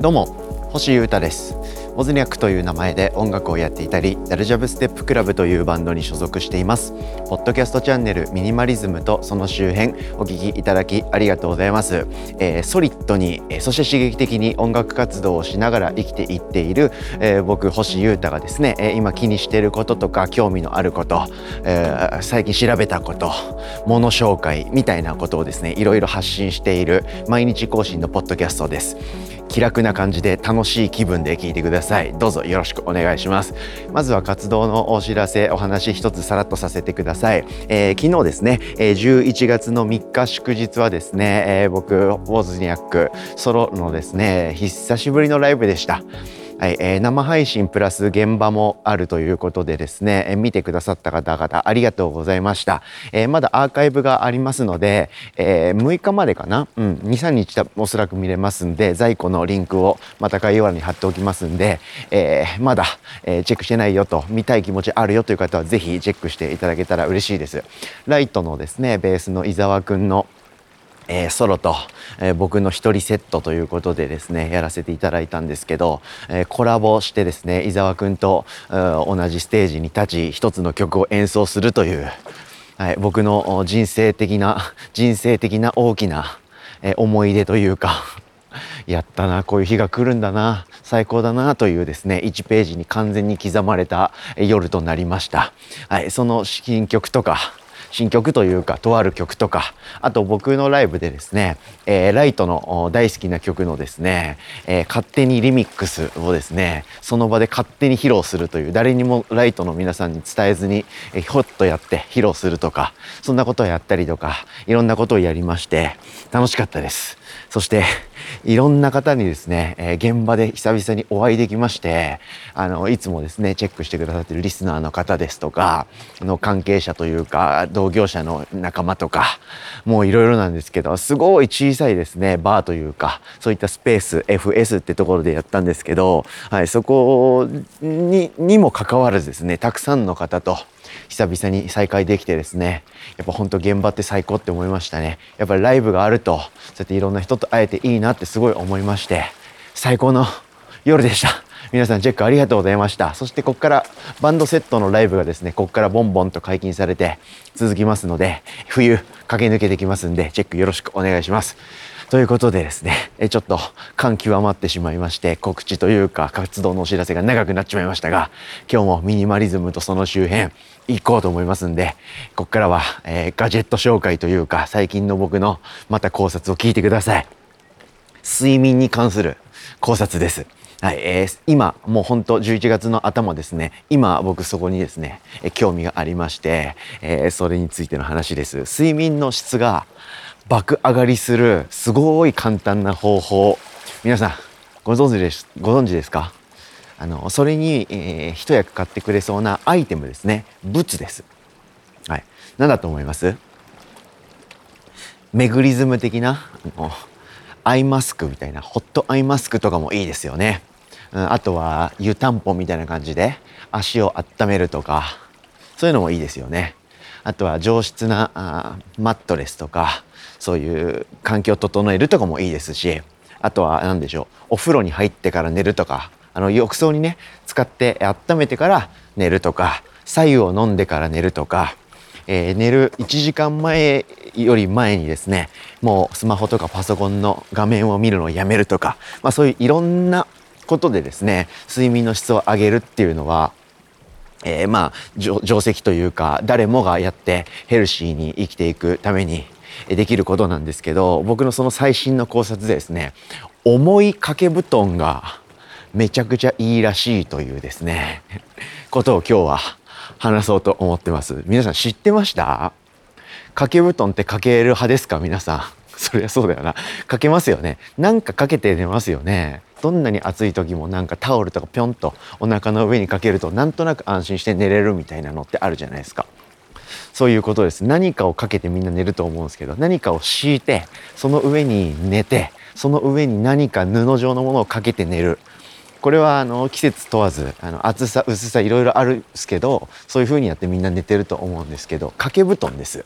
どうも星優太です。モズニャックという名前で音楽をやっていたり、ダルジャブステップクラブというバンドに所属しています。ポッドキャストチャンネルミニマリズムとその周辺お聞きいただきありがとうございます。ソリッドに、そして刺激的に音楽活動をしながら生きていっている、僕星優太がですね、今気にしていることとか興味のあること、最近調べたこと、物紹介みたいなことをですね、いろいろ発信している毎日更新のポッドキャストです。気楽な感じで楽しい気分で聞いてください。どうぞよろしくお願いします。まずは活動のお知らせ、お話一つさらっとさせてください。昨日ですね、11月の3日祝日はですね、僕ウォズニャックソロのですね、久しぶりのライブでした。はい、生配信プラス現場もあるということでですね、見てくださった方々ありがとうございました。まだアーカイブがありますので、6日までかな、2、3日おそらく見れますんで、在庫のリンクをまた概要欄に貼っておきますんで、まだ、チェックしてないよと、見たい気持ちあるよという方はぜひチェックしていただけたら嬉しいです。ライトのですね、ベースの伊沢くんのソロと、僕の一人セットということでですねやらせていただいたんですけど、コラボしてですね伊沢くんと同じステージに立ち一つの曲を演奏するという、僕の人生的な大きな思い出というかやったな、こういう日が来るんだな、最高だなというですね1ページに完全に刻まれた夜となりました。その新曲というかとある曲とか、あと僕のライブでですね、ライトの大好きな曲のですね、勝手にリミックスをですねその場で勝手に披露するという、誰にもライトの皆さんに伝えずにほっとやって披露するとか、そんなことをやったりとかいろんなことをやりまして楽しかったです。そしていろんな方にですね、現場で久々にお会いできまして、いつもですねチェックしてくださっているリスナーの方ですとか関係者というか同業者の仲間とか、もういろいろなんですけど、すごい小さいですねバーというかそういったスペース FS ってところでやったんですけど、そこにもかかわらずですねたくさんの方と久々に再会できてですね、やっぱ本当現場って最高って思いましたね。やっぱりライブがあるとそうやっていろんな人と会えていいなってすごい思いまして、最高の夜でした。皆さんチェックありがとうございました。そしてここからバンドセットのライブがですねここからボンボンと解禁されて続きますので、冬駆け抜けてきますんでチェックよろしくお願いします。ということでですね、ちょっと感極まってしまいまして、告知というか活動のお知らせが長くなっちまいましたが、今日もミニマリズムとその周辺行こうと思いますんで、ここからは、ガジェット紹介というか最近の僕のまた考察を聞いてください。睡眠に関する考察です。今もう本当11月の頭ですね、今僕そこにですね興味がありまして、それについての話です。睡眠の質が爆上がりするすごい簡単な方法、皆さんご存知ですか？それに、一役買ってくれそうなアイテムですね、物です。何だと思います？メグリズム的なアイマスクみたいな、ホットアイマスクとかもいいですよね。あとは湯たんぽみたいな感じで足を温めるとか、そういうのもいいですよね。あとは上質なマットレスとか、そういう環境を整えるとかもいいですし、あとは何でしょう、お風呂に入ってから寝るとか、浴槽にね使って温めてから寝るとか、白湯を飲んでから寝るとか、寝る1時間前より前にですねもうスマホとかパソコンの画面を見るのをやめるとか、そういういろんなことでですね睡眠の質を上げるっていうのは、定石というか誰もがやってヘルシーに生きていくためにできることなんですけど、僕のその最新の考察でですね、重い掛け布団がめちゃくちゃいいらしいというですねことを今日は話そうと思ってます。皆さん知ってました？掛け布団ってかける派ですか？皆さんそりゃそうだよな、かけますよね。なんかかけて寝ますよね。どんなに暑い時もなんかタオルとかぴょんとお腹の上にかけるとなんとなく安心して寝れるみたいなのってあるじゃないですか。そういうことです。何かをかけてみんな寝ると思うんですけど、何かを敷いてその上に寝て、その上に何か布状のものをかけて寝る。これは季節問わず厚さ薄さいろいろあるんですけど、そういう風にやってみんな寝てると思うんですけど、掛け布団です。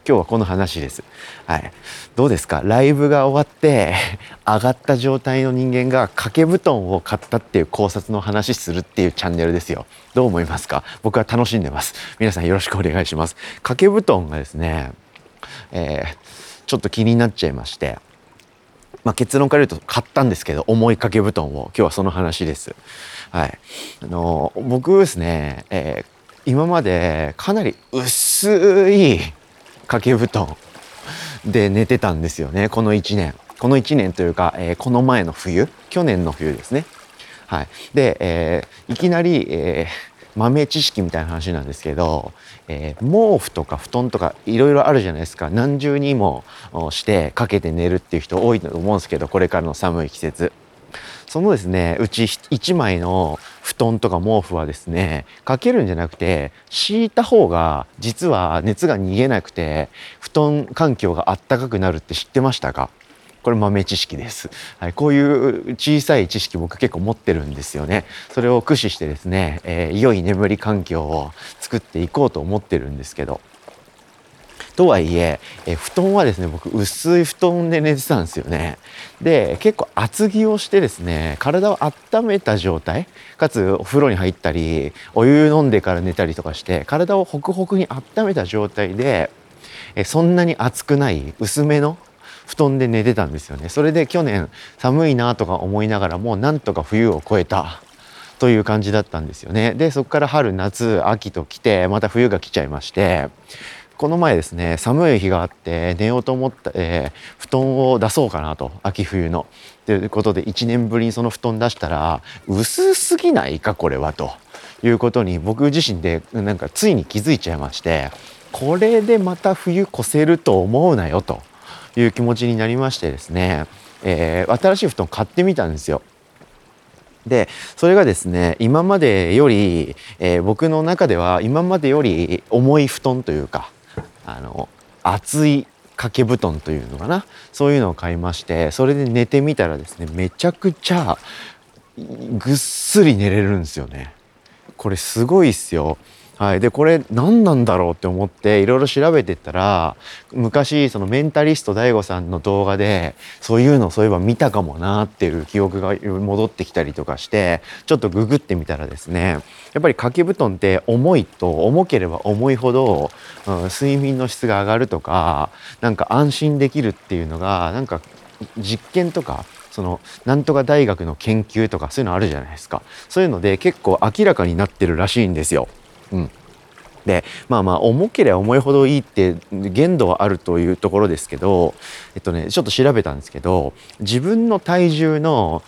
今日はこの話です。はい、どうですか？ライブが終わって上がった状態の人間が掛け布団を買ったっていう考察の話するっていうチャンネルですよ。どう思いますか？僕は楽しんでます。皆さんよろしくお願いします。掛け布団がですね、ちょっと気になっちゃいまして、結論から言うと買ったんですけど、重い掛け布団を。今日はその話です。はい、僕ですね、今までかなり薄い掛け布団で寝てたんですよね。この1年というか、この前の冬、去年の冬ですね。はい、で、いきなり、豆知識みたいな話なんですけど、毛布とか布団とかいろいろあるじゃないですか。何重にもしてかけて寝るっていう人多いと思うんですけど、これからの寒い季節、そのですね、うち1枚の布団とか毛布はですね、かけるんじゃなくて敷いた方が実は熱が逃げなくて布団環境があったかくなるって知ってましたか？これ豆知識です。はい、こういう小さい知識僕結構持ってるんですよね。それを駆使してですね、良い眠り環境を作っていこうと思ってるんですけど、とはいえ布団はですね、僕薄い布団で寝てたんですよね。で結構厚着をしてですね、体を温めた状態かつお風呂に入ったりお湯飲んでから寝たりとかして体をホクホクに温めた状態でそんなに暑くない薄めの布団で寝てたんですよね。それで去年寒いなとか思いながらもなんとか冬を越えたという感じだったんですよね。でそこから春夏秋と来てまた冬が来ちゃいまして、この前ですね、寒い日があって寝ようと思った、布団を出そうかなと、秋冬のということで1年ぶりにその布団出したら薄すぎないかこれはということに僕自身でなんかついに気づいちゃいまして、これでまた冬越せると思うなよという気持ちになりましてですね、新しい布団買ってみたんですよ。でそれがですね、今までより、僕の中では今までより重い布団というか、厚い掛け布団というのかな、そういうのを買いまして、それで寝てみたらですね、めちゃくちゃぐっすり寝れるんですよね。これすごいっすよ。はい、でこれ何なんだろうって思っていろいろ調べてったら、昔そのメンタリスト DAIGO さんの動画でそういうのそういえば見たかもなっていう記憶が戻ってきたりとかして、ちょっとググってみたらですね、やっぱり掛け布団って重ければ重いほど、睡眠の質が上がるとか、なんか安心できるっていうのがなんか実験とかそのなんとか大学の研究とかそういうのあるじゃないですか。そういうので結構明らかになってるらしいんですよ。で重ければ重いほどいいって限度はあるというところですけど、ちょっと調べたんですけど、自分の体重の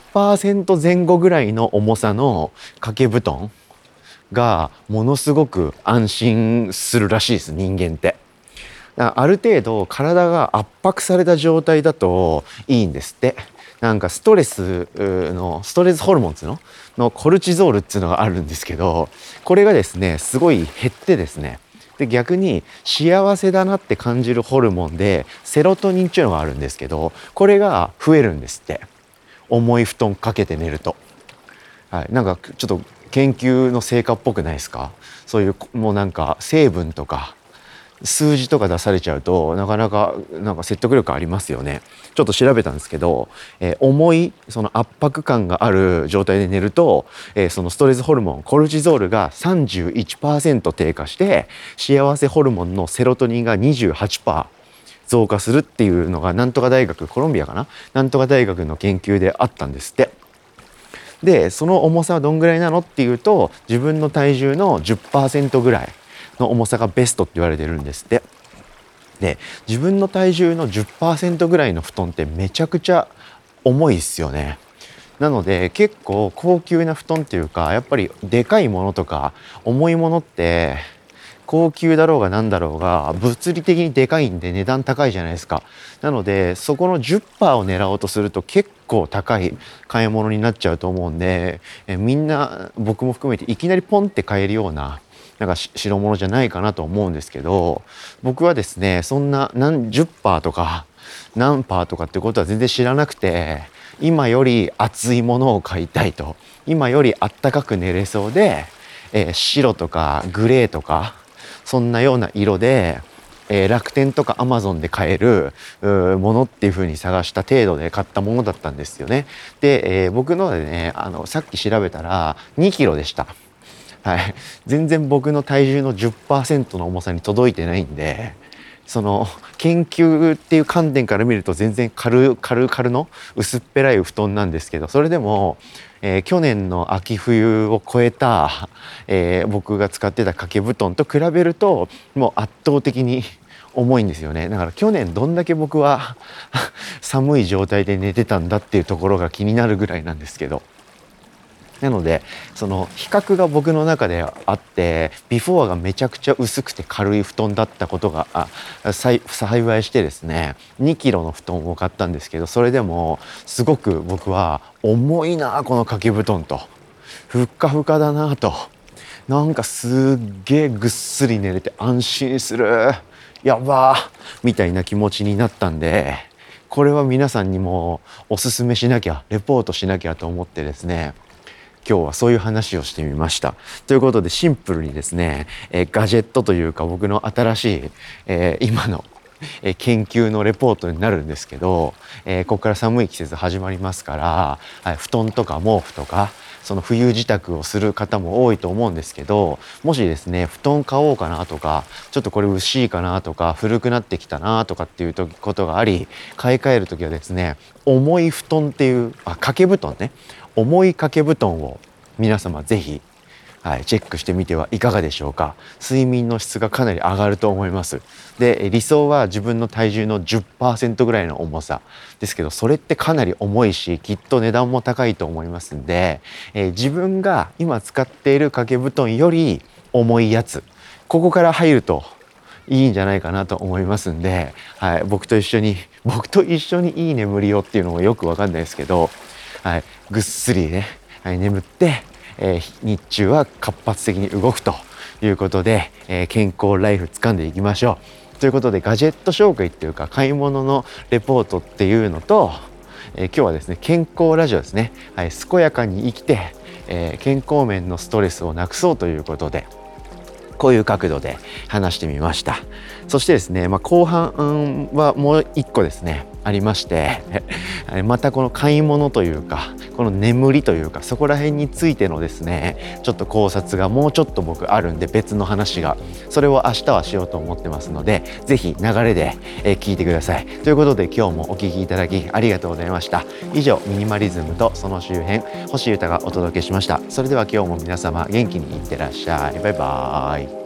10% 前後ぐらいの重さの掛け布団がものすごく安心するらしいです、人間って。ある程度体が圧迫された状態だといいんですって。なんかストレスホルモンっていうのコルチゾールっていうのがあるんですけど、これがですねすごい減ってですね、で逆に幸せだなって感じるホルモンでセロトニンっていうのがあるんですけど、これが増えるんですって、重い布団かけて寝ると。はい、なんかちょっと研究の成果っぽくないですか？そういうもうなんか成分とか数字とか出されちゃうとなかなか説得力ありますよね。ちょっと調べたんですけど、重いその圧迫感がある状態で寝ると、そのストレスホルモンコルチゾールが 31% 低下して幸せホルモンのセロトニンが 28% 増加するっていうのがなんとか大学コロンビアかな、なんとか大学の研究であったんですって。でその重さはどんぐらいなのっていうと、自分の体重の 10% ぐらいの重さがベストって言われてるんですって。で自分の体重の 10% ぐらいの布団ってめちゃくちゃ重いですよね。なので結構高級な布団っていうか、やっぱりでかいものとか重いものって高級だろうがなんだろうが物理的にでかいんで値段高いじゃないですか。なのでそこの 10% を狙おうとすると結構高い買い物になっちゃうと思うんで、みんな僕も含めていきなりポンって買えるようななんか代物じゃないかなと思うんですけど、僕はですねそんな何十パーとか何パーとかってことは全然知らなくて、今より厚いものを買いたいと、今よりあったかく寝れそうで、白とかグレーとかそんなような色で楽天とかアマゾンで買えるものっていう風に探した程度で買ったものだったんですよね。で、僕のでねさっき調べたら2キロでした。はい、全然僕の体重の 10% の重さに届いてないんで、その研究っていう観点から見ると全然軽の薄っぺらい布団なんですけど、それでも、去年の秋冬を超えた、僕が使ってた掛け布団と比べるともう圧倒的に重いんですよね。だから去年どんだけ僕は寒い状態で寝てたんだっていうところが気になるぐらいなんですけど、なのでその比較が僕の中であって、ビフォーがめちゃくちゃ薄くて軽い布団だったことが幸いしてですね、2キロの布団を買ったんですけど、それでもすごく僕は重いなこの掛け布団と、ふっかふかだなと、なんかすっげえぐっすり寝れて安心する、やばーみたいな気持ちになったんで、これは皆さんにもおすすめしなきゃ、レポートしなきゃと思ってですね、今日はそういう話をしてみました。ということでシンプルにですね、ガジェットというか僕の新しい、今の研究のレポートになるんですけど、ここから寒い季節始まりますから、布団とか毛布とかその冬支度をする方も多いと思うんですけど、もしですね布団買おうかなとか、ちょっとこれ薄いかなとか古くなってきたなとかっていうことがあり、買い替える時はですね、重い布団っていう掛け布団ね、重い掛け布団を皆様ぜひ、チェックしてみてはいかがでしょうか。睡眠の質がかなり上がると思います。で、理想は自分の体重の 10% ぐらいの重さですけど、それってかなり重いし、きっと値段も高いと思いますんで、自分が今使っている掛け布団より重いやつ、ここから入るといいんじゃないかなと思いますんで、僕と一緒にいい眠りをっていうのもよくわかんないですけど、ぐっすりね、眠って、日中は活発的に動くということで、健康ライフ掴んでいきましょうということで、ガジェット紹介っていうか買い物のレポートっていうのと、今日はですね健康ラジオですね、健やかに生きて、健康面のストレスをなくそうということで、こういう角度で話してみました。そしてですね、後半はもう一個ですねありましてまたこの買い物というかこの眠りというか、そこら辺についてのですねちょっと考察がもうちょっと僕あるんで、別の話が、それを明日はしようと思ってますので、ぜひ流れで聞いてください。ということで今日もお聞きいただきありがとうございました。以上、ミニマリズムとその周辺、星優太がお届けしました。それでは今日も皆様元気にいってらっしゃい。バイバーイ。